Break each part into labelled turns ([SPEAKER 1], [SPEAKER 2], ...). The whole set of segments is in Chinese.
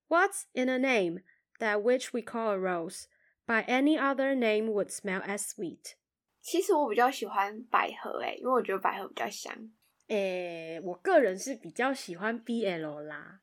[SPEAKER 1] What's in a name that which we call a rose, by any other name would smell as sweet?
[SPEAKER 2] 其实我比较喜欢百合因为我觉得百合比较香。
[SPEAKER 1] 我个人是比较喜欢 BL 啦。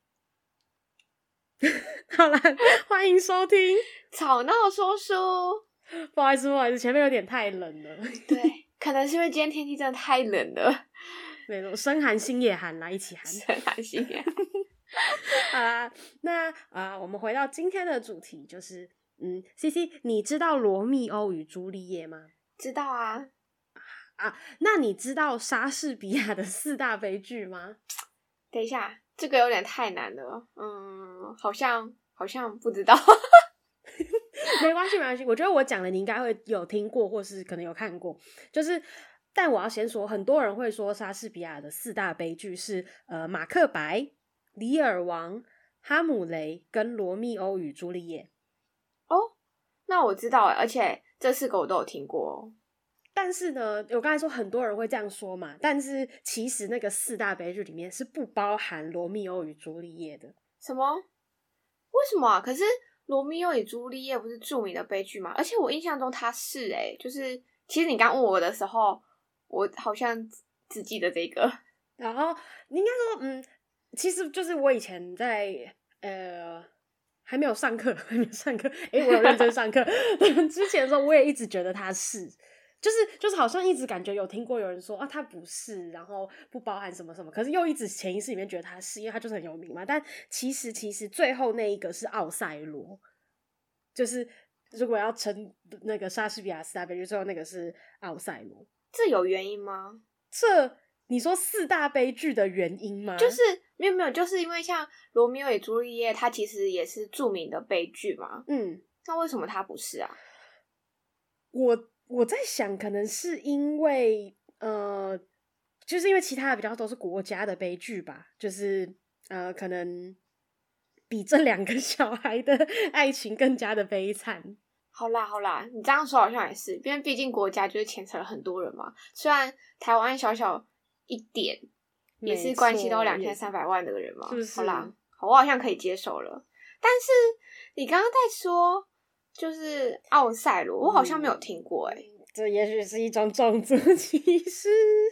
[SPEAKER 1] 好啦，欢迎收听
[SPEAKER 2] 吵闹说书。
[SPEAKER 1] 不好意思，前面有点太冷了。
[SPEAKER 2] 对，可能是因为今天天气真的太冷了。
[SPEAKER 1] 没错，生寒心也寒啦，一起寒。
[SPEAKER 2] 生寒心也寒。
[SPEAKER 1] 好啦，那我们回到今天的主题，就是CC， 你知道罗密欧与朱丽叶吗？
[SPEAKER 2] 知道啊。
[SPEAKER 1] 那你知道莎士比亚的4大悲剧吗？
[SPEAKER 2] 等一下，这个有点太难了。好像不知道。
[SPEAKER 1] 没关系，我觉得我讲的你应该会有听过，或是可能有看过。但我要先说，很多人会说莎士比亚的4大悲剧是马克白、李尔王、哈姆雷跟罗密欧与朱丽叶。
[SPEAKER 2] 那我知道而且这4个我都有听过。
[SPEAKER 1] 但是呢，我刚才说很多人会这样说嘛，但是其实那个4大悲剧里面是不包含罗密欧与朱丽叶的。
[SPEAKER 2] 什么？为什么啊？可是罗密欧与朱丽叶不是著名的悲剧吗？而且我印象中它是就是其实你刚问我的时候，我好像只记得这个。
[SPEAKER 1] 然后你应该说其实就是我以前在还没有上课我有认真上课之前的时候，我也一直觉得它是就是好像一直感觉有听过有人说它不是，然后不包含什么什么，可是又一直潜意识里面觉得它是，因为它就是很有名嘛。但其实最后那一个是奥赛罗，就是如果要称那个莎士比亚4大悲剧，最后那个是奥赛罗。
[SPEAKER 2] 这有原因吗？
[SPEAKER 1] 你说4大悲剧的原因吗？
[SPEAKER 2] 就是没有，就是因为像罗密欧与朱丽叶，它其实也是著名的悲剧嘛。那为什么它不是啊？
[SPEAKER 1] 我在想，可能是因为就是因为其他的比较都是国家的悲剧吧，就是可能比这2个小孩的爱情更加的悲惨。好
[SPEAKER 2] 啦，你这样说好像也是，因为毕竟国家就是牵扯了很多人嘛。虽然台湾小小一点，也是关系到2300万的人嘛，
[SPEAKER 1] 是不是？
[SPEAKER 2] 好啦，我好像可以接受了。但是你刚刚在说就是奥赛罗，我好像没有听过
[SPEAKER 1] 这也许是一种种族歧视。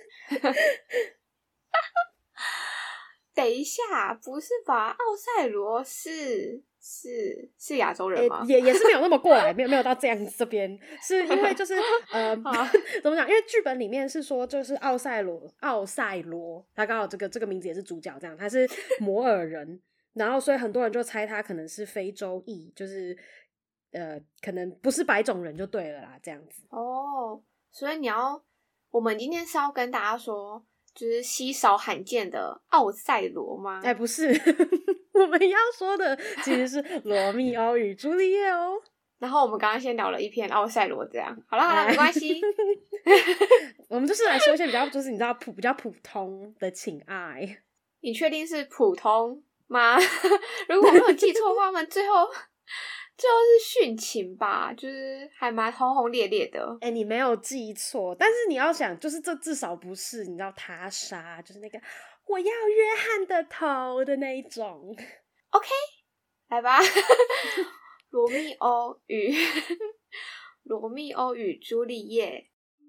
[SPEAKER 2] 等一下，不是吧？奥赛罗是亚洲人吗？
[SPEAKER 1] 也是没有那么过来，没有到这样子。这边是因为就是怎么讲？因为剧本里面是说，就是奥赛罗，他刚好这个名字也是主角，这样他是摩尔人，然后所以很多人就猜他可能是非洲裔，就是可能不是白种人就对了啦，这样子。
[SPEAKER 2] 所以我们今天是要跟大家说，就是稀少罕见的奥赛罗吗？
[SPEAKER 1] 不是。我们要说的其实是罗密欧与朱丽叶哦。
[SPEAKER 2] 然后我们刚刚先聊了一篇奥赛罗，这样好了，没关系。
[SPEAKER 1] 我们就是来说一些比较就是你知道比较普通的情爱。
[SPEAKER 2] 你确定是普通吗？如果我没有记错的话，我们最后是殉情吧，就是还蛮轰轰烈烈的。
[SPEAKER 1] 你没有记错，但是你要想，就是这至少不是你知道他杀，就是那个我要约翰的头的那一种。
[SPEAKER 2] OK， 来吧。罗密欧与朱丽叶。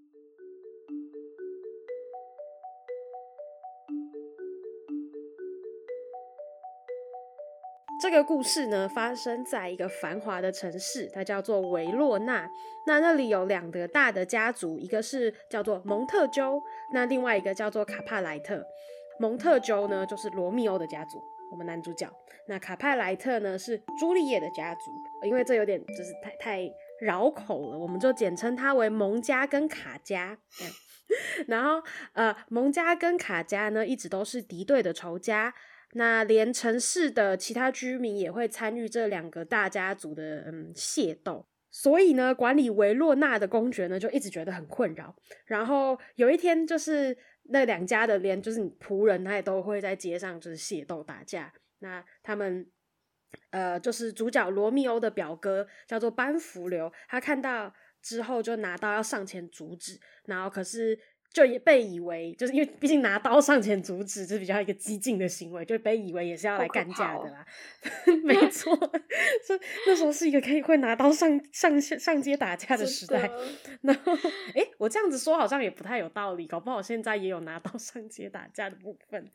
[SPEAKER 1] 这个故事呢，发生在一个繁华的城市，它叫做维洛纳。那里有2个大的家族，一个是叫做蒙特鸠，那另外一个叫做卡帕莱特。蒙特鸠呢，就是罗密欧的家族，我们男主角。那卡帕莱特呢，是朱丽叶的家族。因为这有点就是太绕口了，我们就简称它为蒙家跟卡家。然后蒙家跟卡家呢，一直都是敌对的仇家。那连城市的其他居民也会参与这2个大家族的械斗，所以呢，管理维洛纳的公爵呢就一直觉得很困扰。然后有一天，就是那2家的连就是仆人，他也都会在街上就是械斗打架。那他们就是主角罗密欧的表哥叫做班福流，他看到之后就拿刀要上前阻止，然后可是就也被以为，就是因为毕竟拿刀上前阻止是比较一个激进的行为，就被以为也是要来干架的啦。没错，那时候是一个会拿刀上街打架的时代。然后我这样子说好像也不太有道理，搞不好现在也有拿刀上街打架的部分。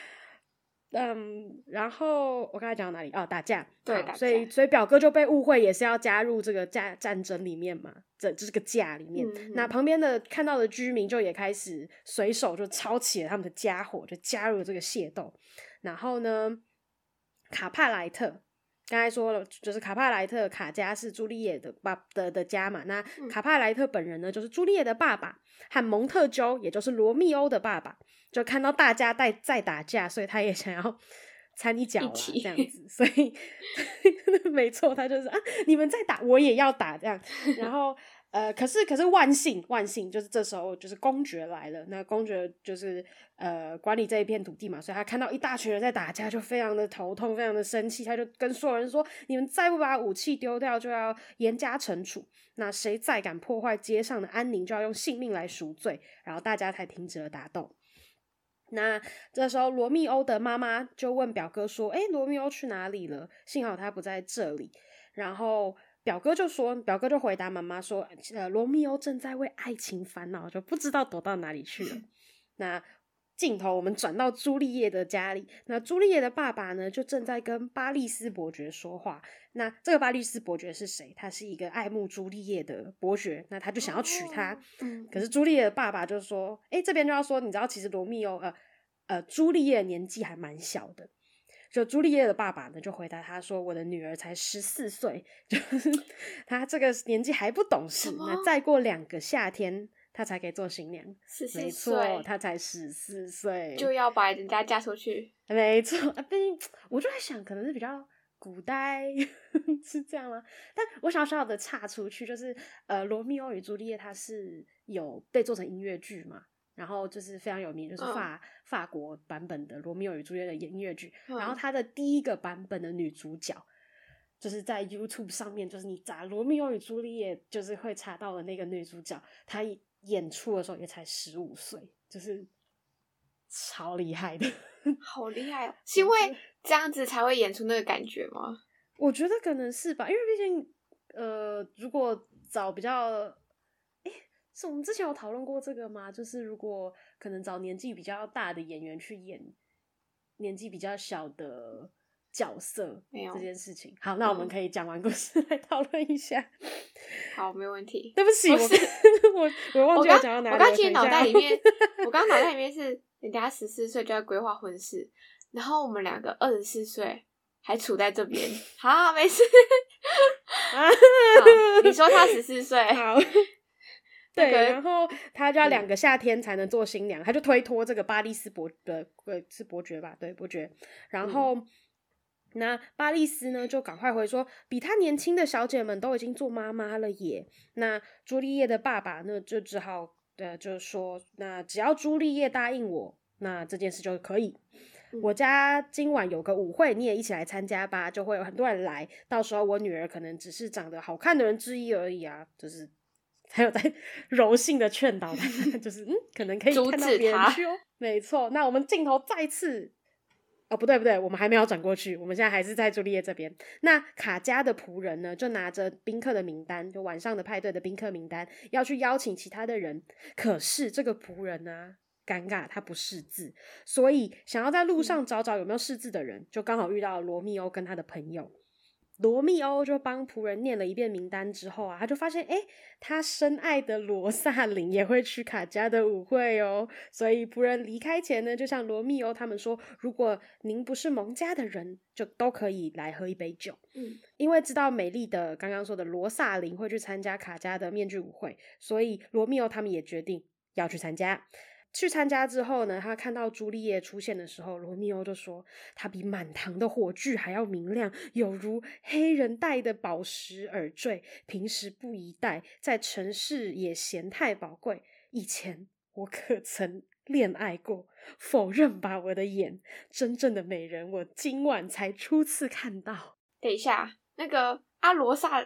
[SPEAKER 1] 然后我刚才讲到哪里？打架。
[SPEAKER 2] 对，打架。
[SPEAKER 1] 所以表哥就被误会也是要加入这个战争里面嘛，这个架里面。那旁边的看到的居民就也开始随手就抄起了他们的家伙，就加入了这个械斗。然后呢，卡帕莱特刚才说了，就是卡帕莱特卡家是朱丽叶的家嘛，那卡帕莱特本人呢，就是朱丽叶的爸爸，和蒙特鸠也就是罗密欧的爸爸，就看到大家在打架，所以他也想要掺一脚啦，这样子。所以没错，他就是你们在打，我也要打这样。然后可是万幸就是这时候就是公爵来了，那公爵就是管理这一片土地嘛，所以他看到一大群人在打架，就非常的头痛，非常的生气，他就跟所有人说：你们再不把武器丢掉，就要严加惩处。那谁再敢破坏街上的安宁，就要用性命来赎罪。然后大家才停止了打斗。那这时候罗密欧的妈妈就问表哥说：罗密欧去哪里了？幸好他不在这里。然后表哥就回答妈妈说：罗密欧正在为爱情烦恼，就不知道躲到哪里去了。那镜头我们转到朱丽叶的家里，那朱丽叶的爸爸呢，就正在跟巴利斯伯爵说话。那这个巴利斯伯爵是谁？他是一个爱慕朱丽叶的伯爵，那他就想要娶她。可是朱丽叶的爸爸就说：这边就要说，你知道其实罗密欧朱丽叶年纪还蛮小的。就朱丽叶的爸爸呢，就回答他说：我的女儿才14岁，就是他这个年纪还不懂事。那再过2个夏天他才可以做新娘。没错，他才14岁
[SPEAKER 2] 就要把人家嫁出去。
[SPEAKER 1] 没错，毕竟我就在想，可能是比较古代是这样吗？但我小小的岔出去，就是罗密欧与朱丽叶它是有被做成音乐剧嘛，然后就是非常有名，就是法国版本的罗密欧与朱丽叶的音乐剧。然后它的第一个版本的女主角就是在 YouTube 上面，就是你查罗密欧与朱丽叶就是会查到的那个女主角，她演出的时候也才15岁，就是超厉害的。
[SPEAKER 2] 好厉害哦！是因为这样子才会演出那个感觉吗？
[SPEAKER 1] 我觉得可能是吧，因为毕竟如果找比较是我们之前有讨论过这个吗？就是如果可能找年纪比较大的演员去演年纪比较小的角色这件事情。好，那我们可以讲完故事来讨论一下。
[SPEAKER 2] 好，没问题。
[SPEAKER 1] 对不起，我忘记了讲到哪里。
[SPEAKER 2] 我刚脑袋里面是人家14岁就要规划婚事，然后我们2个24岁还处在这边。好，没事。好，你说他14岁。
[SPEAKER 1] 好。对，然后他就要2个夏天才能做新娘，他就推脱这个巴利斯是伯爵吧？对，伯爵。然后那巴利斯呢就赶快回说，比他年轻的小姐们都已经做妈妈了耶。那朱丽叶的爸爸呢就只好就说，那只要朱丽叶答应我，那这件事就可以。我家今晚有个舞会，你也一起来参加吧，就会有很多人来，到时候我女儿可能只是长得好看的人之一而已啊，就是还有在柔性的劝导他，就是可能可以看到别人去哦。没错，那我们镜头再次不对，我们还没有转过去，我们现在还是在朱丽叶这边。那卡家的仆人呢，就拿着宾客的名单，就晚上的派对的宾客名单，要去邀请其他的人。可是这个仆人呢，尴尬，他不识字，所以想要在路上找有没有识字的人，就刚好遇到罗密欧跟他的朋友。罗密欧就帮仆人念了一遍名单之后啊，他就发现他深爱的罗萨琳也会去卡家的舞会哦。所以仆人离开前呢，就向罗密欧他们说，如果您不是蒙家的人，就都可以来喝一杯酒。因为知道美丽的刚刚说的罗萨琳会去参加卡家的面具舞会，所以罗密欧他们也决定要去参加。去参加之后呢，他看到朱丽叶出现的时候，罗密欧就说，他比满堂的火炬还要明亮，有如黑人戴的宝石耳坠，平时不宜戴，在城市也嫌太宝贵。以前我可曾恋爱过，否认吧我的眼，真正的美人我今晚才初次看到。
[SPEAKER 2] 等一下，那个罗萨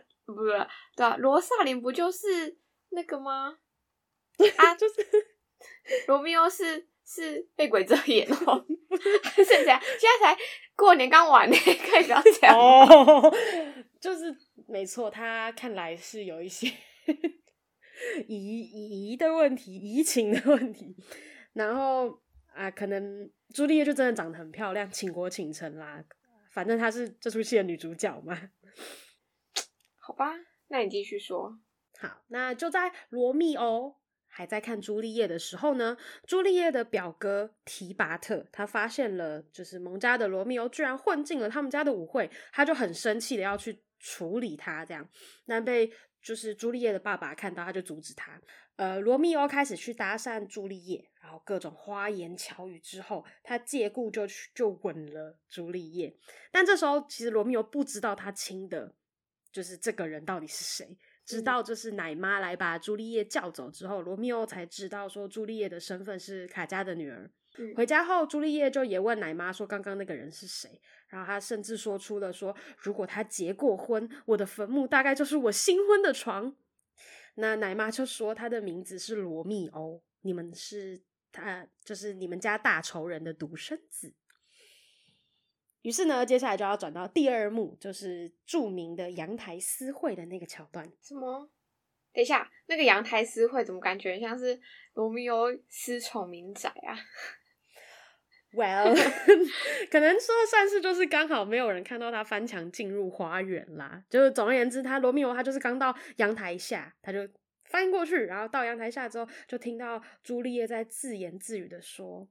[SPEAKER 2] 琳不就是那个吗？就是罗密欧是是被鬼遮眼哦，还是怎样？现在才过年刚完呢，可以不要这样
[SPEAKER 1] 哦，就是没错，他看来是有一些移的问题，移情的问题，然后可能朱丽叶就真的长得很漂亮，倾国倾城啦，反正她是这出戏的女主角嘛。
[SPEAKER 2] 好吧，那你继续说。
[SPEAKER 1] 好，那就在罗密欧还在看朱丽叶的时候呢，朱丽叶的表哥提拔特他发现了就是蒙家的罗密欧居然混进了他们家的舞会，他就很生气的要去处理他，这样，但被就是朱丽叶的爸爸看到，他就阻止他。罗密欧开始去搭讪朱丽叶，然后各种花言巧语之后，他借故就吻了朱丽叶。但这时候其实罗密欧不知道他亲的就是这个人到底是谁。直到就是奶妈来把朱丽叶叫走之后，罗密欧才知道说朱丽叶的身份是卡嘉的女儿。回家后，朱丽叶就也问奶妈说刚刚那个人是谁，然后她甚至说出了说如果他结过婚，我的坟墓大概就是我新婚的床。那奶妈就说他的名字是罗密欧，你们是他就是你们家大仇人的独生子。于是呢，接下来就要转到第二幕，就是著名的阳台私会的那个桥段。
[SPEAKER 2] 什么？等一下，那个阳台私会怎么感觉像是罗密欧私宠民宅啊
[SPEAKER 1] ？Well， 可能说算是就是刚好没有人看到他翻墙进入花园啦。就是总而言之，罗密欧他就是刚到阳台下，他就翻过去，然后到阳台下之后，就听到朱丽叶在自言自语的说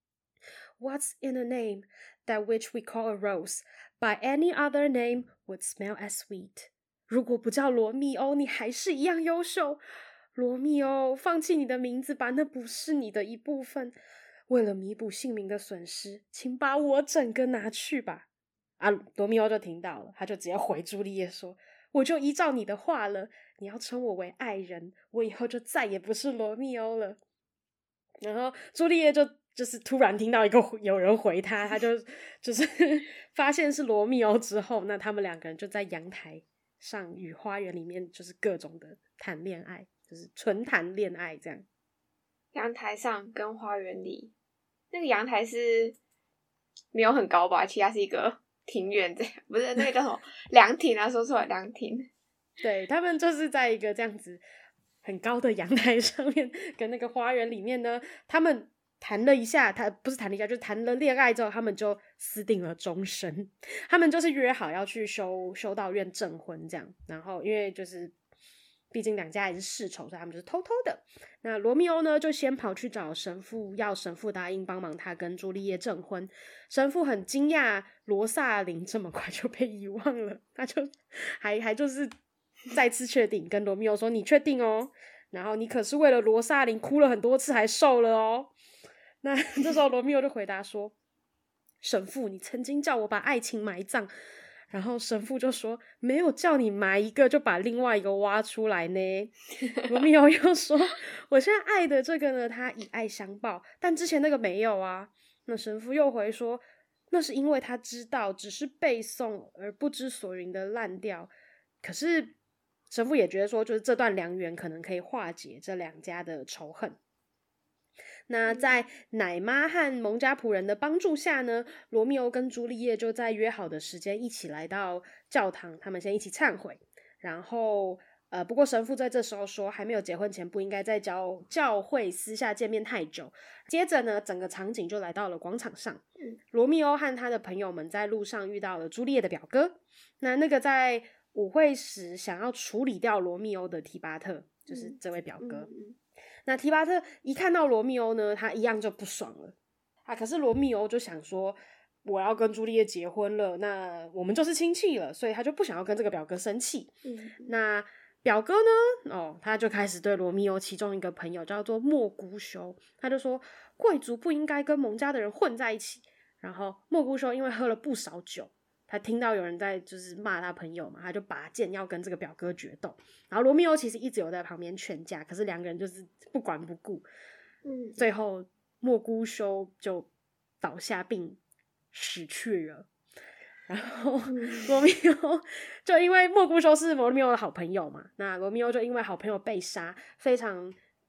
[SPEAKER 1] ：“What's in a name that which we call a rose? By any other name would smell as sweet.” 如果不叫罗密欧，你还是一样优秀。罗密欧，放弃你的名字吧，那不是你的一部分。为了弥补姓名的损失，请把我整个拿去吧。罗密欧就听到了，他就直接回朱丽叶说：“我就依照你的话了，你要称我为爱人，我以后就再也不是罗密欧了。”然后朱丽叶就是突然听到有人回他，他就是发现是罗密欧之后，那他们两个人就在阳台上与花园里面就是各种的谈恋爱，就是纯谈恋爱这样。
[SPEAKER 2] 阳台上跟花园里，那个阳台是没有很高吧？其实它是一个庭院，这样不是那个叫什么凉亭啊？说错了，凉亭。
[SPEAKER 1] 对，他们就是在一个这样子很高的阳台上面，跟那个花园里面呢，他们谈了一下，不是谈了一下，就是谈了恋爱之后，他们就私定了终身。他们就是约好要去修道院证婚这样，然后因为就是毕竟两家也是世仇，所以他们就是偷偷的。那罗密欧呢，就先跑去找神父，要神父答应帮忙他跟朱丽叶证婚。神父很惊讶罗萨琳这么快就被遗忘了，他就还就是再次确定，跟罗密欧说：“你确定哦？然后你可是为了罗萨琳哭了很多次，还瘦了哦。”那这时候罗密欧就回答说：“神父，你曾经叫我把爱情埋葬。”然后神父就说：“没有叫你埋一个就把另外一个挖出来呢。”罗密欧又说：“我现在爱的这个呢，他以爱相报，但之前那个没有啊。”那神父又回说：“那是因为他知道只是背诵而不知所云的烂掉。”可是神父也觉得说，就是这段良缘可能可以化解这两家的仇恨。那在奶妈和蒙家仆人的帮助下呢，罗密欧跟朱丽叶就在约好的时间一起来到教堂，他们先一起忏悔。然后不过神父在这时候说，还没有结婚前不应该在教会私下见面太久。接着呢，整个场景就来到了广场上。罗密欧和他的朋友们在路上遇到了朱丽叶的表哥。那个在舞会时想要处理掉罗密欧的提巴特，就是这位表哥。那提巴特一看到罗密欧呢，他一样就不爽了可是罗密欧就想说，我要跟朱丽叶结婚了，那我们就是亲戚了，所以他就不想要跟这个表哥生气。那表哥呢，他就开始对罗密欧其中一个朋友叫做莫姑修，他就说贵族不应该跟蒙家的人混在一起。然后莫姑修因为喝了不少酒，他听到有人在就是骂他朋友嘛，他就拔剑要跟这个表哥决斗。然后罗密欧其实一直有在旁边劝架，可是两个人就是不管不顾。最后莫姑修就倒下并死去了。然后罗密欧就因为莫姑修是罗密欧的好朋友嘛，那罗密欧就因为好朋友被杀，非常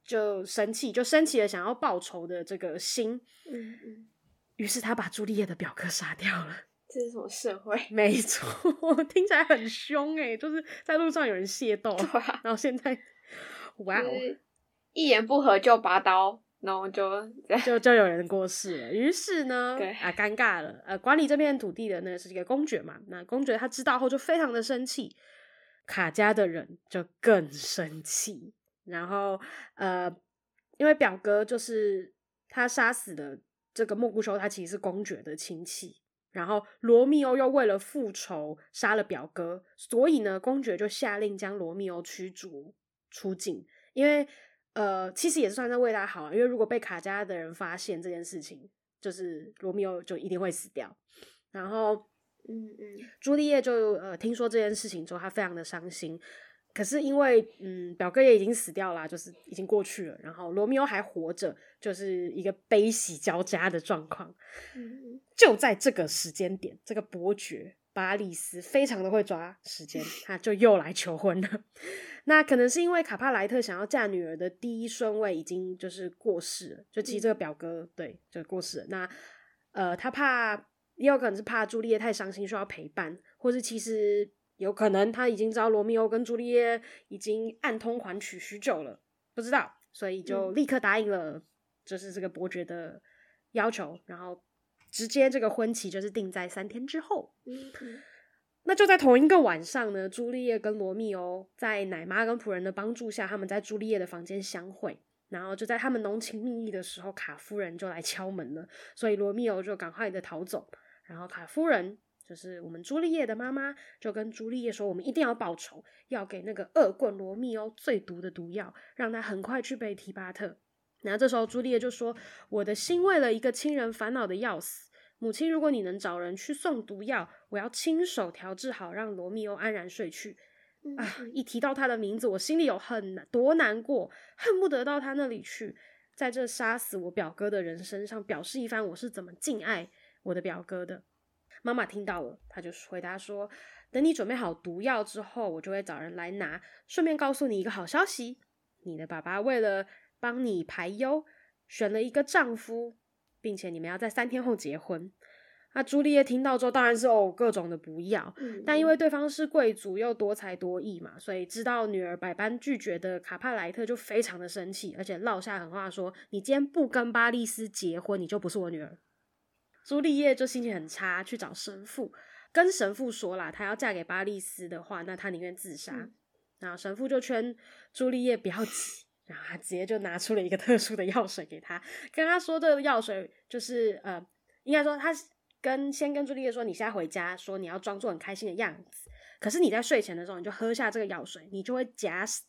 [SPEAKER 1] 就生气，就升起了想要报仇的这个心。于是他把朱丽叶的表哥杀掉了。
[SPEAKER 2] 这是什么社会？
[SPEAKER 1] 没错，听起来很凶就是在路上有人械斗，
[SPEAKER 2] 对啊，
[SPEAKER 1] 然后现在哇哦，
[SPEAKER 2] 一言不合就拔刀，然后就
[SPEAKER 1] 有人过世了。于是呢，
[SPEAKER 2] 对
[SPEAKER 1] 尴尬了。管理这片土地的呢是一个公爵嘛，那公爵他知道后就非常的生气，卡家的人就更生气。然后因为表哥就是他杀死的这个莫古修，他其实是公爵的亲戚。然后罗密欧又为了复仇杀了表哥，所以呢，公爵就下令将罗密欧驱逐出境。因为其实也是算在为他好，因为如果被卡家的人发现这件事情，就是罗密欧就一定会死掉。然后朱丽叶就听说这件事情之后，她非常的伤心。可是因为表哥也已经死掉啦，就是已经过去了，然后罗密欧还活着，就是一个悲喜交加的状况。就在这个时间点，这个伯爵巴利斯非常的会抓时间，他就又来求婚了。那可能是因为卡帕莱特想要嫁女儿的第一顺位已经就是过世了，就其实这个表哥对就过世了。那他怕，也有可能是怕朱丽叶太伤心需要陪伴，或是其实有可能他已经知道罗密欧跟朱丽叶已经暗通款曲许久了，不知道，所以就立刻答应了就是这个伯爵的要求，然后直接这个婚期就是定在3天之后。那就在同一个晚上呢，朱丽叶跟罗密欧在奶妈跟仆人的帮助下，他们在朱丽叶的房间相会。然后就在他们浓情蜜意的时候，卡夫人就来敲门了，所以罗密欧就赶快的逃走。然后卡夫人就是我们朱丽叶的妈妈，就跟朱丽叶说，我们一定要报仇，要给那个恶棍罗密欧最毒的毒药，让他很快去被提巴特。然后这时候朱丽叶就说，我的心为了一个亲人烦恼的要死，母亲，如果你能找人去送毒药，我要亲手调制好，让罗密欧安然睡去。一提到他的名字，我心里有多难过，恨不得到他那里去，在这杀死我表哥的人身上表示一番我是怎么敬爱我的表哥的。妈妈听到了，她就回答说，等你准备好毒药之后，我就会找人来拿，顺便告诉你一个好消息，你的爸爸为了帮你排忧，选了一个丈夫，并且你们要在3天后结婚。那朱丽叶听到之后当然是各种的不要，但因为对方是贵族又多才多艺嘛，所以知道女儿百般拒绝的卡帕莱特就非常的生气，而且落下狠话说，你今天不跟巴利斯结婚，你就不是我女儿。朱丽叶就心情很差，去找神父，跟神父说啦，她要嫁给巴利斯的话，那她宁愿自杀。然后神父就劝朱丽叶不要急，然后他直接就拿出了一个特殊的药水给她，跟她说这个药水就是应该说他先跟朱丽叶说，你现在回家，说你要装作很开心的样子，可是你在睡前的时候你就喝下这个药水，你就会假死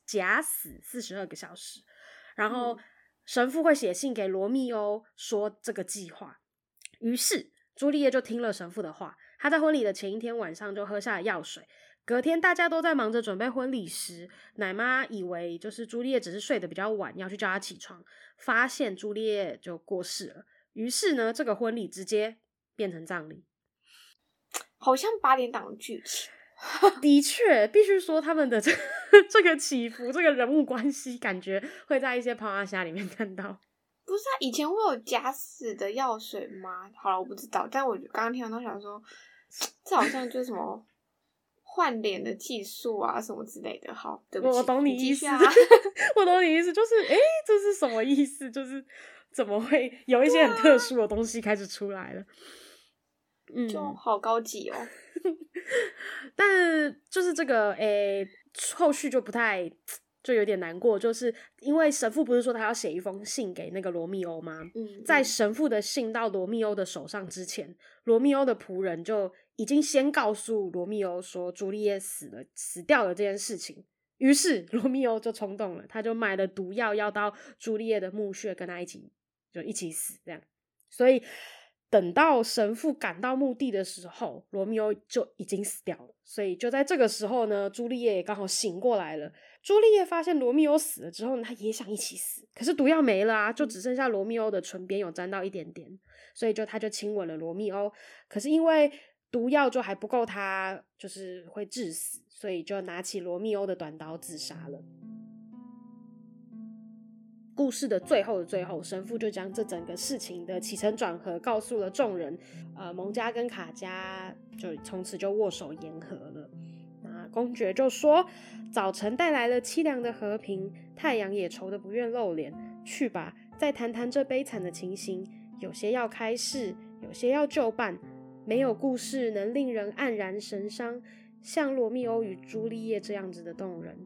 [SPEAKER 1] 42个小时。然后神父会写信给罗密欧说这个计划。于是朱丽叶就听了神父的话，她在婚礼的前一天晚上就喝下了药水。隔天大家都在忙着准备婚礼时，奶妈以为就是朱丽叶只是睡得比较晚，要去叫她起床，发现朱丽叶就过世了。于是呢，这个婚礼直接变成葬礼，
[SPEAKER 2] 好像8点档的剧情。
[SPEAKER 1] 的确，必须说他们的这个起伏，这个人物关系，感觉会在一些泡阿虾里面看到。
[SPEAKER 2] 不是以前会有假死的药水吗？好了，我不知道，但我刚刚听到想说，这好像就是什么换脸的技术啊，什么之类的。好，对不起，
[SPEAKER 1] 我懂你意思，我懂你意思，就是这是什么意思？就是怎么会有一些很特殊的东西开始出来了？
[SPEAKER 2] 就好高级哦。
[SPEAKER 1] 但就是这个后续就不太，就有点难过，就是因为神父不是说他要写一封信给那个罗密欧吗？在神父的信到罗密欧的手上之前，罗密欧的仆人就已经先告诉罗密欧说朱丽叶死掉了这件事情。于是罗密欧就冲动了，他就买了毒药要到朱丽叶的墓穴跟他一起死这样。所以等到神父赶到墓地的时候，罗密欧就已经死掉了。所以就在这个时候呢，朱丽叶也刚好醒过来了。朱丽叶发现罗密欧死了之后呢，她也想一起死，可是毒药没了啊，就只剩下罗密欧的唇边有沾到一点点，所以她就亲吻了罗密欧。可是因为毒药就还不够她就是会致死，所以就拿起罗密欧的短刀自杀了。 故事的最后的最后，神父就将这整个事情的起承转合告诉了众人，蒙家跟卡家就从此就握手言和了。那公爵就说，早晨带来了凄凉的和平，太阳也愁得不愿露脸，去吧，再谈谈这悲惨的情形，有些要开示，有些要就办，没有故事能令人黯然神伤，像罗密欧与朱丽叶这样子的动人。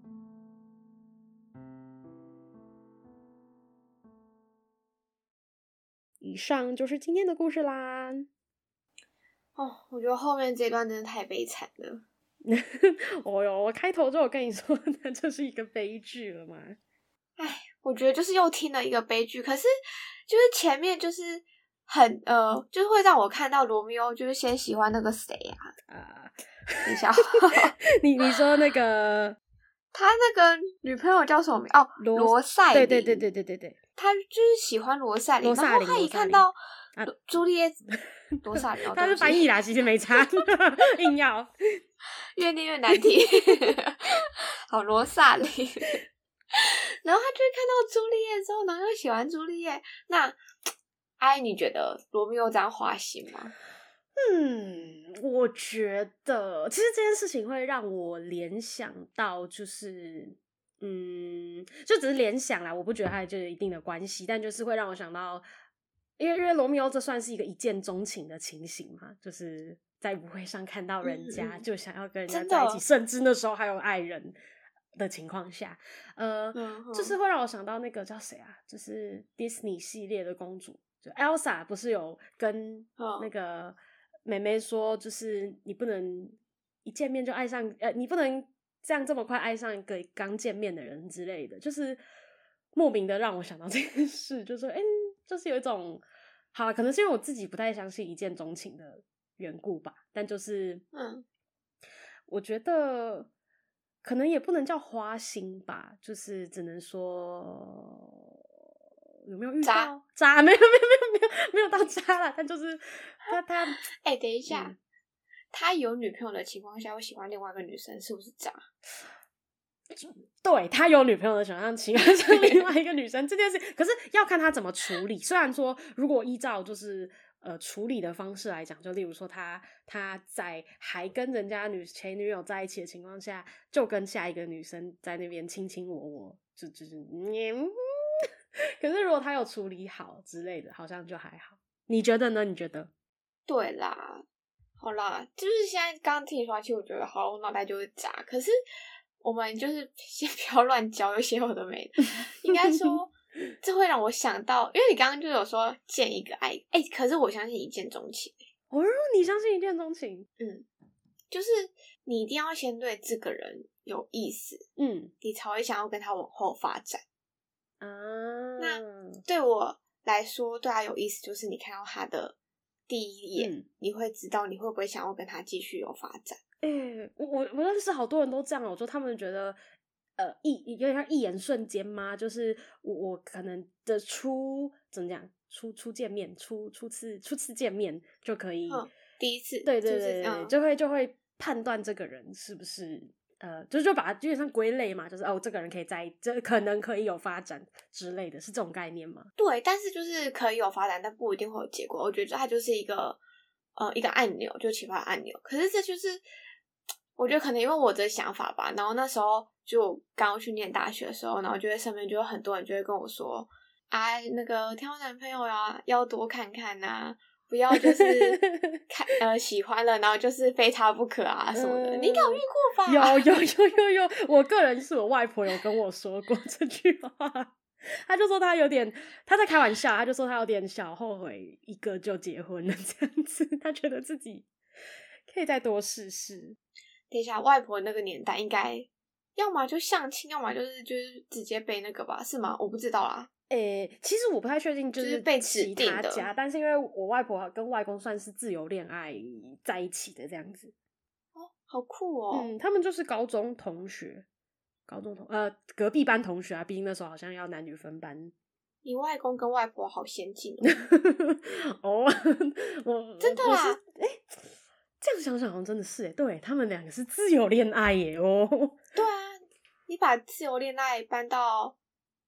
[SPEAKER 1] 以上就是今天的故事啦。
[SPEAKER 2] 我觉得后面这段真的太悲惨了。
[SPEAKER 1] 哦哟，我开头就有跟你说，那这是一个悲剧了嘛？
[SPEAKER 2] 我觉得就是又听了一个悲剧，可是就是前面就是很就是会让我看到罗密欧就是先喜欢那个谁啊？等一下，
[SPEAKER 1] 你说那个
[SPEAKER 2] 他那个女朋友叫什么名？哦，罗赛琳。
[SPEAKER 1] 对，
[SPEAKER 2] 他就是喜欢罗赛琳，然后他一看到朱丽叶，罗萨琳，
[SPEAKER 1] 他是翻译啦，其实没差，硬要
[SPEAKER 2] 越念越难听。好，罗萨琳。然后他就会看到朱丽叶之后，然后又喜欢朱丽叶。那你觉得罗密欧这样花心吗？
[SPEAKER 1] 我觉得其实这件事情会让我联想到，就是就只是联想啦，我不觉得它就有一定的关系，但就是会让我想到，因为罗密欧这算是一个一见钟情的情形嘛，就是在舞会上看到人家就想要跟人家在一起，甚至那时候还有爱人的情况下，就是会让我想到那个叫谁啊，就是迪士尼系列的公主，就 Elsa 不是有跟那个妹妹说，就是你不能一见面就爱上，你不能这么快爱上一个刚见面的人之类的，就是莫名的让我想到这件事，就说就是有一种好，可能是因为我自己不太相信一见钟情的缘故吧，但就是我觉得可能也不能叫花心吧，就是只能说有没有遇到渣？没有到渣啦，但就是他
[SPEAKER 2] 等一下，他有女朋友的情况下会喜欢另外一个女生，是不是渣？
[SPEAKER 1] 对，他有女朋友的想象，喜欢上另外一个女生这件事，可是要看他怎么处理。虽然说，如果依照就是处理的方式来讲，就例如说他在还跟人家前女友在一起的情况下，就跟下一个女生在那边卿卿我，就是可是如果他有处理好之类的，好像就还好。你觉得呢？你觉得？
[SPEAKER 2] 对啦，好啦，就是现在刚刚听你说，其实我觉得好，我脑袋就会炸。可是我们就是先不要乱教，有些有的没的。应该说，这会让我想到，因为你刚刚就有说见一个爱，可是我相信一见钟情。
[SPEAKER 1] 哦，你相信一见钟情？
[SPEAKER 2] 就是你一定要先对这个人有意思，你才会想要跟他往后发展。那对我来说，对他有意思，就是你看到他的第一眼，你会知道你会不会想要跟他继续有发展。
[SPEAKER 1] 我认识好多人都这样，我说他们觉得有点像一眼瞬间吗？就是我可能的怎么讲初见面初次见面就可以，
[SPEAKER 2] 第一次
[SPEAKER 1] 对，就会判断这个人是不是就把它基本上归类嘛，就是这个人这可能可以有发展之类的，是这种概念吗？
[SPEAKER 2] 对，但是就是可以有发展，但不一定会有结果。我觉得它就是一个按钮，就启发的按钮。可是这就是我觉得可能因为我的想法吧，然后那时候就刚去念大学的时候，然后就会身边就有很多人就会跟我说，那个挑男朋友要多看看啊，不要就是喜欢了，然后就是非他不可啊什么的。你应该有遇过吧？
[SPEAKER 1] 有，我个人是我外婆有跟我说过这句话。他就说他在开玩笑，他就说他有点小后悔一个就结婚了这样子，他觉得自己可以再多试试。
[SPEAKER 2] 等一下，外婆那个年代应该要么就相亲，要么就是直接被那个吧，是吗？我不知道啦。
[SPEAKER 1] 其实我不太确定，就是
[SPEAKER 2] 被指定的
[SPEAKER 1] 家，但是因为我外婆跟外公算是自由恋爱在一起的这样子。
[SPEAKER 2] 好酷哦。
[SPEAKER 1] 他们就是高中同学，隔壁班同学啊，毕竟那时候好像要男女分班。
[SPEAKER 2] 你外公跟外婆好先进
[SPEAKER 1] 哦。我
[SPEAKER 2] 真的啦。
[SPEAKER 1] 这样想想好像真的是对，他们两个是自由恋爱耶。
[SPEAKER 2] 对啊，你把自由恋爱搬到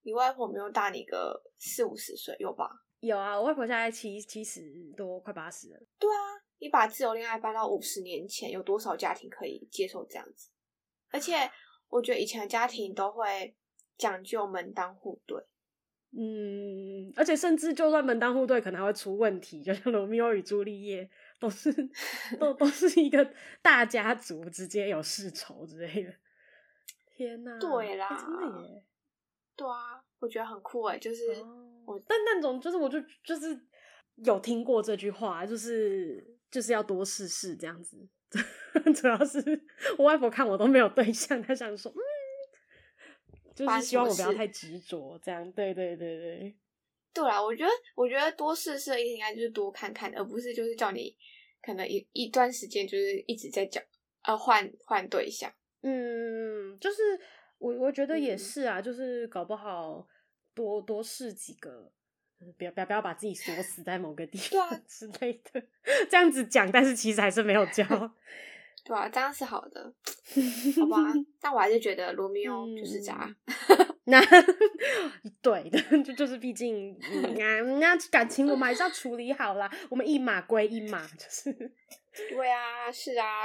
[SPEAKER 2] 你外婆没有大你个40-50岁有吧？
[SPEAKER 1] 有啊，我外婆现在70多，快80了。
[SPEAKER 2] 对啊，你把自由恋爱搬到50年前，有多少家庭可以接受这样子？而且我觉得以前的家庭都会讲究门当户对。
[SPEAKER 1] 而且甚至就算门当户对，可能还会出问题，就像罗密欧与朱丽叶都是一个大家族，直接有世仇之类的。天哪！
[SPEAKER 2] 对啦，
[SPEAKER 1] 真的耶。
[SPEAKER 2] 对啊，我觉得很酷诶，就是
[SPEAKER 1] 但那种就是我就是有听过这句话，就是要多试试这样子。主要是我外婆看我都没有对象，她想说，就是希望我不要太执着，这样。对。
[SPEAKER 2] 对啦，我觉得多试试的意思应该就是多看看，而不是就是叫你可能一段时间就是一直在讲换对象。
[SPEAKER 1] 就是我觉得也是啊，就是搞不好多试几个，不要把自己锁死在某个地方之类的。这样子讲，但是其实还是没有交。
[SPEAKER 2] 对啊，这样是好的，好吧？但我还是觉得罗密欧就是渣。
[SPEAKER 1] 那对的，就是毕竟那感情我们还是要处理好啦，我们一码归一码，就是。
[SPEAKER 2] 对啊，是啊。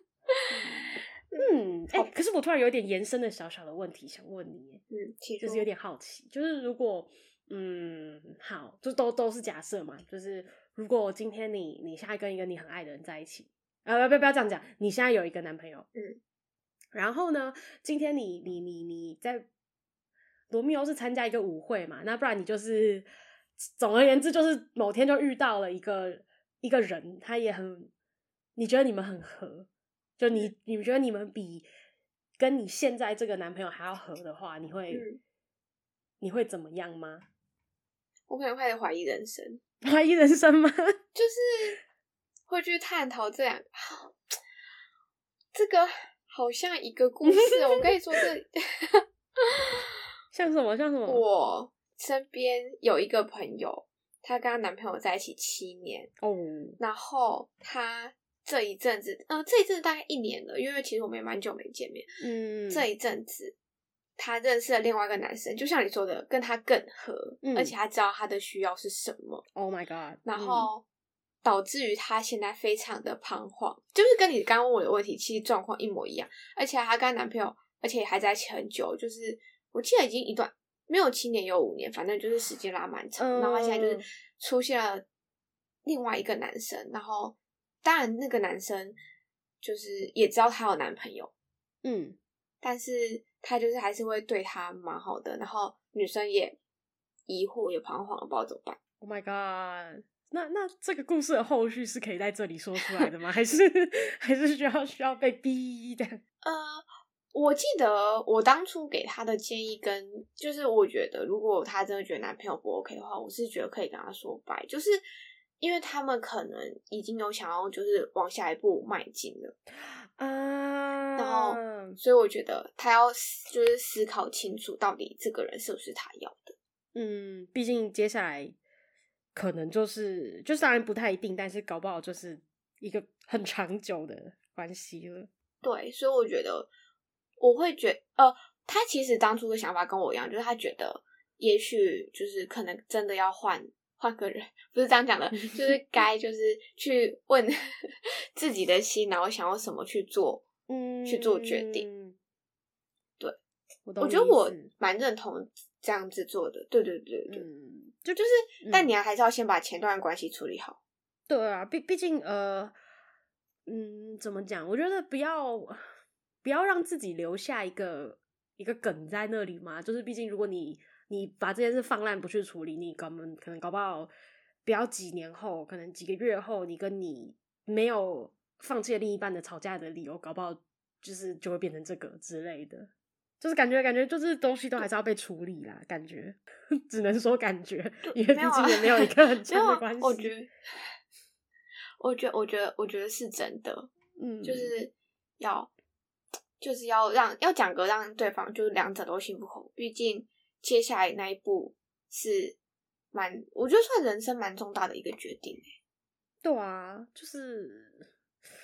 [SPEAKER 1] 可是我突然有点延伸的小小的问题想问你，就是有点好奇，就是如果好，就都是假设嘛，就是如果今天你现在跟一个你很爱的人在一起，不要这样讲，你现在有一个男朋友，然后呢，今天你在罗密欧是参加一个舞会嘛，那不然你就是总而言之就是某天就遇到了一个人，他也很，你觉得你们很合，就你觉得你们比跟你现在这个男朋友还要合的话，你会怎么样吗？
[SPEAKER 2] 我可能会怀疑人生。
[SPEAKER 1] 怀疑人生吗？
[SPEAKER 2] 就是会去探讨这个好像一个故事。我跟你说这
[SPEAKER 1] 像什么？
[SPEAKER 2] 我身边有一个朋友，她跟她男朋友在一起7年然后她这一阵子大概1年了，因为其实我们也蛮久没见面。这一阵子她认识了另外一个男生，就像你说的，跟他更合，而且他知道他的需要是什么。
[SPEAKER 1] Oh my god！
[SPEAKER 2] 然后导致于她现在非常的彷徨，就是跟你刚刚问我的问题其实状况一模一样。而且她跟她男朋友，而且还在一起很久，就是我记得已经一段没有7年有5年，反正就是时间拉蛮长。然后她现在就是出现了另外一个男生，然后当然那个男生就是也知道她有男朋友，但是他就是还是会对她蛮好的，然后女生也疑惑也彷徨，不知道怎么办。
[SPEAKER 1] Oh my god！ 那这个故事的后续是可以在这里说出来的吗？还是需要被逼的？
[SPEAKER 2] 我记得我当初给他的建议就是我觉得如果他真的觉得男朋友不 OK 的话，我是觉得可以跟他说拜，就是因为他们可能已经有想要就是往下一步迈进了然后所以我觉得他要就是思考清楚到底这个人是不是他要的。
[SPEAKER 1] 毕竟接下来可能就是当然不太一定，但是搞不好就是一个很长久的关系了。
[SPEAKER 2] 对，所以我觉得我会觉得他其实当初的想法跟我一样，就是他觉得也许就是可能真的要换个人，不是这样讲的，就是该就是去问自己的心，然后想要什么去做决定。对，我觉得我蛮认同这样子做的。对，就是但你还是要先把前段关系处理好。
[SPEAKER 1] 对啊，毕竟怎么讲？我觉得不要让自己留下一个梗在那里嘛。就是毕竟如果你把这件事放烂不去处理，你可能搞不好不要几年后，可能几个月后，你跟你没有放弃另一半的吵架的理由，搞不好就会变成这个之类的。就是感觉就是东西都还是要被处理啦，感觉只能说感觉，因为毕竟也没有一个很强的关系。
[SPEAKER 2] 我觉得是真的，就是要讲个让对方就是两者都幸福口。毕竟接下来那一步是我觉得算人生蛮重大的一个决定。
[SPEAKER 1] 对啊，就是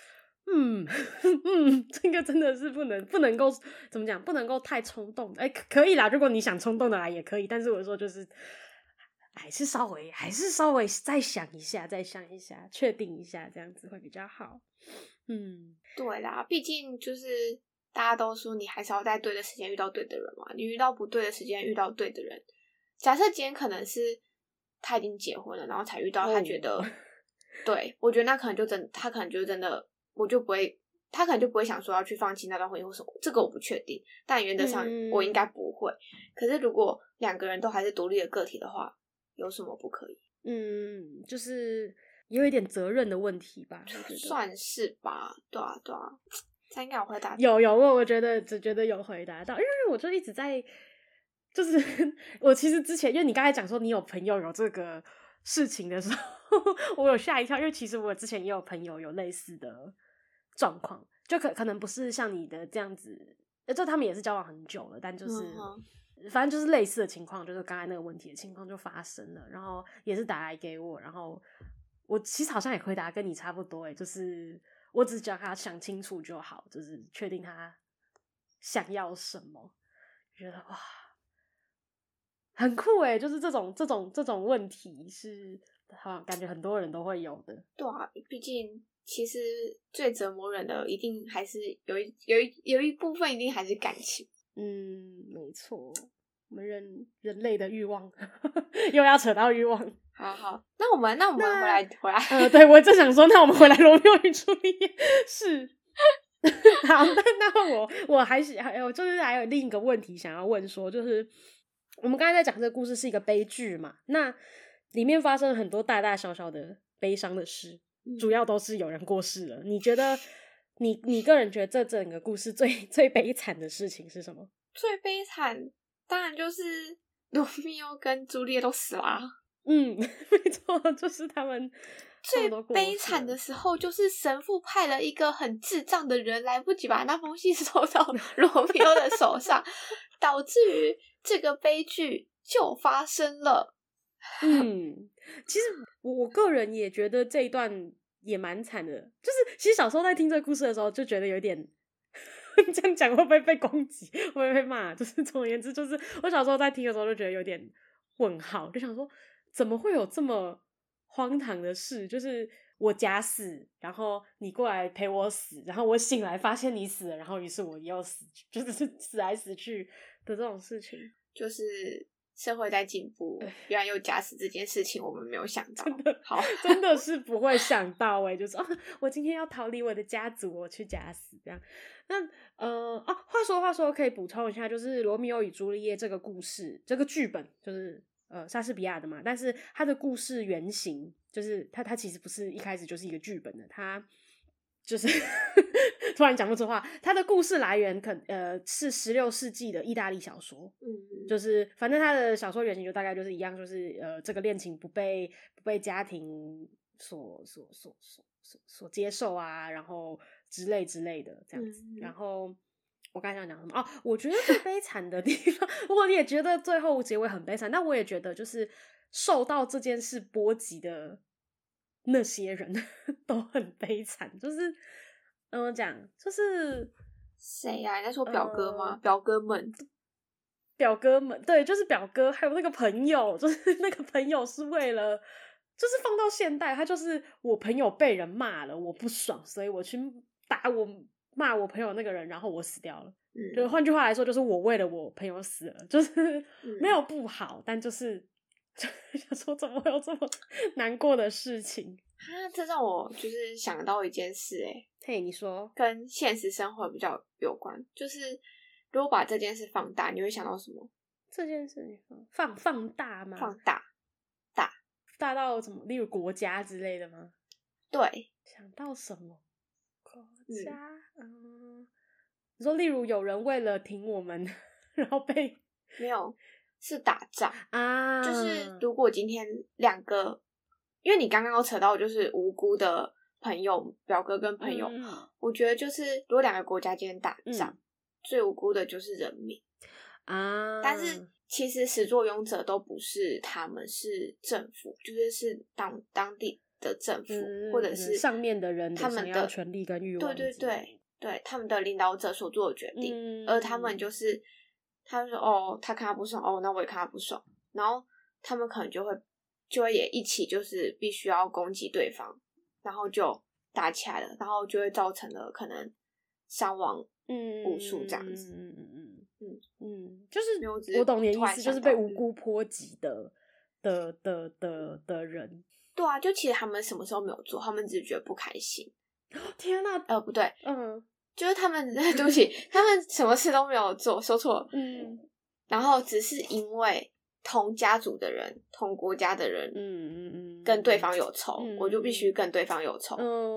[SPEAKER 1] 这个真的是不能够怎么讲，不能够太冲动。可以啦，如果你想冲动的来也可以，但是我说就是还是稍微再想一下，确定一下，这样子会比较好。
[SPEAKER 2] 对啦，毕竟就是大家都说你还是要在对的时间遇到对的人嘛，你遇到不对的时间遇到对的人，假设今天可能是他已经结婚了，然后才遇到他觉得对，我觉得那可能就他可能就真的他可能就不会想说要去放弃那段婚姻或什么，这个我不确定，但原则上我应该不会。可是如果两个人都还是独立的个体的话，有什么不可以？
[SPEAKER 1] 就是有一点责任的问题吧，
[SPEAKER 2] 算是吧。对啊，这应该有回答。
[SPEAKER 1] 有，我觉得有回答到，因为我就一直在，就是我其实之前，因为你刚才讲说你有朋友有这个事情的时候，我有吓一跳，因为其实我之前也有朋友有类似的状况，就可能不是像你的这样子，就他们也是交往很久了，但就是反正就是类似的情况，就是刚才那个问题的情况就发生了，然后也是打来给我，然后我其实好像也回答跟你差不多，就是我只叫他想清楚就好，就是确定他想要什么，觉得哇很酷就是这种问题是好像感觉很多人都会有的。
[SPEAKER 2] 对啊，毕竟其实最折磨人的一定还是有一部分一定还是感情。
[SPEAKER 1] 没错，我们人类的欲望又要扯到欲望。
[SPEAKER 2] 好，那我们回来
[SPEAKER 1] 对，我正想说，那我们回来罗密欧与朱丽叶是好，那我还有就是还有另一个问题想要问说，就是我们刚才在讲这个故事是一个悲剧嘛，那里面发生了很多大大小小的悲伤的事，主要都是有人过世了。你觉得你个人觉得这整个故事最悲惨的事情是什么？
[SPEAKER 2] 最悲惨当然就是罗密欧跟朱丽叶都死啦。
[SPEAKER 1] 没错，就是他们
[SPEAKER 2] 最悲惨的时候，就是神父派了一个很智障的人，来不及把那封信收到罗密欧的手上，导致于这个悲剧就发生了。
[SPEAKER 1] 其实我个人也觉得这一段也蛮惨的，就是其实小时候在听这个故事的时候就觉得有点这样讲会不会被攻击，会不会被骂，就是总而言之，就是我小时候在听的时候就觉得有点问号，就想说怎么会有这么荒唐的事，就是我假死，然后你过来陪我死，然后我醒来发现你死了，然后于是我又死，就是死来死去的这种事情。
[SPEAKER 2] 就是社会在进步，原来有假死这件事情我们没有想到。好，
[SPEAKER 1] 真的是不会想到就是我今天要逃离我的家族，我去假死这样。那话说可以补充一下，就是罗密欧与朱丽叶这个故事，这个剧本就是莎士比亚的嘛，但是他的故事原型就是他其实不是一开始就是一个剧本的，他就是突然讲不出话，他的故事来源是16世纪的意大利小说，就是反正他的小说原型就大概就是一样，就是这个恋情不被家庭所接受啊，然后之类的这样子。然后我刚才想讲什么我觉得最悲惨的地方我也觉得最后结尾很悲惨，但我也觉得就是受到这件事波及的那些人都很悲惨，就是怎么讲，就是
[SPEAKER 2] 谁啊？你在说表哥吗？
[SPEAKER 1] 表哥们，对，就是表哥，还有那个朋友，就是那个朋友是为了，就是放到现代，他就是我朋友被人骂了，我不爽，所以我去骂我朋友那个人，然后我死掉了。就是换句话来说，就是我为了我朋友死了，就是没有不好，但就是想说怎么会有这么难过的事情
[SPEAKER 2] 这让我就是想到一件事
[SPEAKER 1] 嘿，你说
[SPEAKER 2] 跟现实生活比较有关，就是如果把这件事放大，你会想到什么？
[SPEAKER 1] 这件事放大吗？
[SPEAKER 2] 放
[SPEAKER 1] 大到什么？例如国家之类的吗？
[SPEAKER 2] 对，
[SPEAKER 1] 想到什么国家？你说例如有人为了挺我们，然后
[SPEAKER 2] 没有，是打仗
[SPEAKER 1] 啊。
[SPEAKER 2] 就是如果今天两个，因为你刚刚有扯到就是无辜的朋友，表哥跟朋友，我觉得就是如果两个国家今天打仗，最无辜的就是人民
[SPEAKER 1] 啊。
[SPEAKER 2] 但是其实始作俑者都不是他们，是政府，就是当地的政府，或者是
[SPEAKER 1] 上面的人
[SPEAKER 2] 他们
[SPEAKER 1] 想要权力跟欲望，
[SPEAKER 2] 对，他们的领导者所做的决定，而他们就是他就说哦，他看他不爽，哦，那我也看他不爽，然后他们可能就会也一起就是必须要攻击对方，然后就打起来了，然后就会造成了可能伤亡无数这样子。
[SPEAKER 1] 就是我懂你的意思，就是被无辜波及的人。
[SPEAKER 2] 对啊，就其实他们什么时候没有做，他们只是觉得不开心。
[SPEAKER 1] 天哪，
[SPEAKER 2] 不对，就是他们对不起，他们什么事都没有做，说错了。然后只是因为同家族的人、同国家的人，跟对方有仇，我就必须跟对方有仇。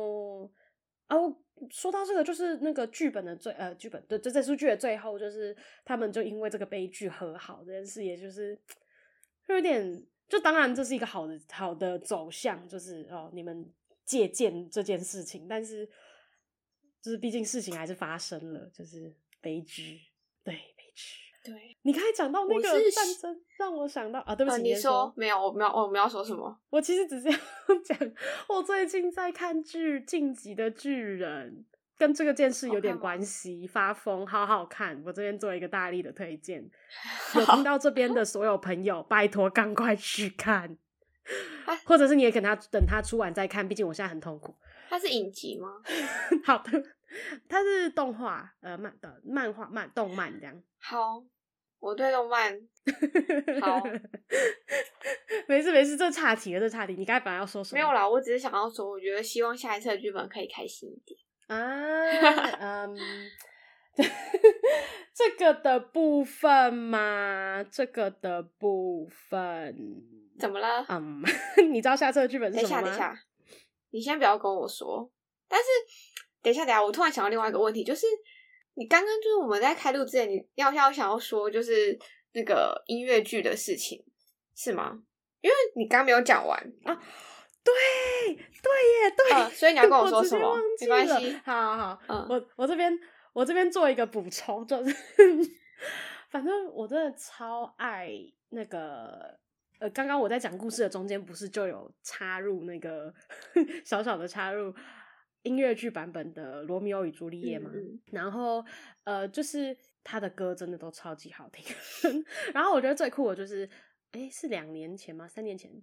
[SPEAKER 1] 说到这个，就是那个剧本的剧本对这出剧的最后，就是他们就因为这个悲剧和好这件事，也就是就有点，就当然这是一个好的走向，就是你们借鉴这件事情，但是就是毕竟事情还是发生了，就是悲剧，对，悲剧。
[SPEAKER 2] 对，
[SPEAKER 1] 你刚才讲到那个战争，让我想到对不起，
[SPEAKER 2] 你说没有，我们要说什么？
[SPEAKER 1] 我其实只是要讲，我最近在看剧《晋级的巨人》，跟这个件事有点关系。发疯，好好看，我这边做一个大力的推荐。有听到这边的所有朋友，拜托赶快去看，或者是你也等他出完再看，毕竟我现在很痛苦。
[SPEAKER 2] 它是影集吗？
[SPEAKER 1] 好的，它是动画，漫画动漫这样。
[SPEAKER 2] 好，我对动漫好，
[SPEAKER 1] 没事，这岔题了，你刚才本来要说什么？
[SPEAKER 2] 没有啦，我只是想要说，我觉得希望下一次的剧本可以开心一点
[SPEAKER 1] 这个的部分嘛，
[SPEAKER 2] 怎么了？
[SPEAKER 1] 你知道下次的剧本是什么吗？
[SPEAKER 2] 等一下，你先不要跟我说。但是等一下，我突然想到另外一个问题，就是你刚刚就是我们在开录之前，你要想要说就是那个音乐剧的事情是吗？因为你刚没有讲完
[SPEAKER 1] 啊。对耶，
[SPEAKER 2] 所以你要跟我说什么？没关系，
[SPEAKER 1] 好，我这边做一个补充，就是反正我真的超爱那个刚刚我在讲故事的中间不是就有插入那个小小的插入音乐剧版本的《罗密欧与朱丽叶》嘛，然后就是他的歌真的都超级好听，然后我觉得最酷的就是是2年前吗？3年前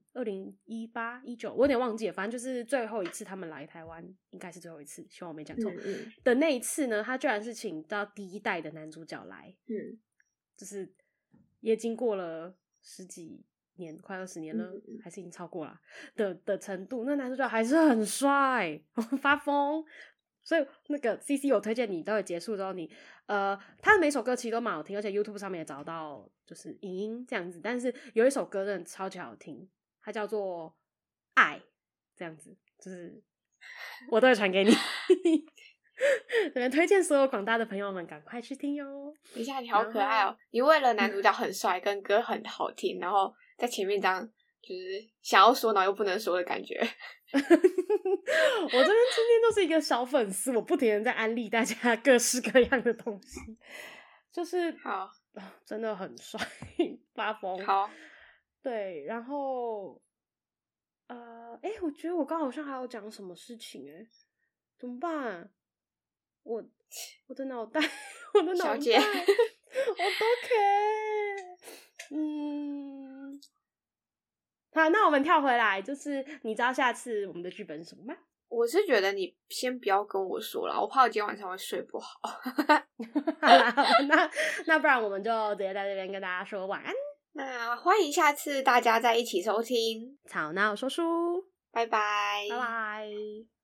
[SPEAKER 1] ，2018、19，我有点忘记了。反正就是最后一次他们来台湾，应该是最后一次，希望我没讲错。的那一次呢，他居然是请到第一代的男主角来，就是也经过了10几年，快20年了，还是已经超过了的程度。那男主角还是很帅，发疯。所以那个 CC 我推荐你，待会结束之后你他的每首歌其实都蛮好听，而且 YouTube 上面也找到就是影音这样子，但是有一首歌真的超级好听，它叫做爱，这样子就是我都会传给你这边推荐所有广大的朋友们赶快去听哟。
[SPEAKER 2] 等一下，你好可爱哦，你为了男主角很帅跟歌很好听，然后在前面这样就是想要说然后又不能说的感觉
[SPEAKER 1] 我这边今天都是一个小粉丝，我不停的在安利大家各式各样的东西，就是
[SPEAKER 2] 好
[SPEAKER 1] 真的很帅，发疯。
[SPEAKER 2] 好，
[SPEAKER 1] 对，然后我觉得我刚好像还有讲什么事情怎么办？我的脑袋，
[SPEAKER 2] 小姐
[SPEAKER 1] 我都可以。好，那我们跳回来，就是你知道下次我们的剧本是什么吗？
[SPEAKER 2] 我是觉得你先不要跟我说了，我怕我今天晚上会睡不好。
[SPEAKER 1] 好啦，那不然我们就直接在这边跟大家说晚安。
[SPEAKER 2] 那欢迎下次大家再一起收听
[SPEAKER 1] 吵闹说书，
[SPEAKER 2] 拜拜，
[SPEAKER 1] 拜拜。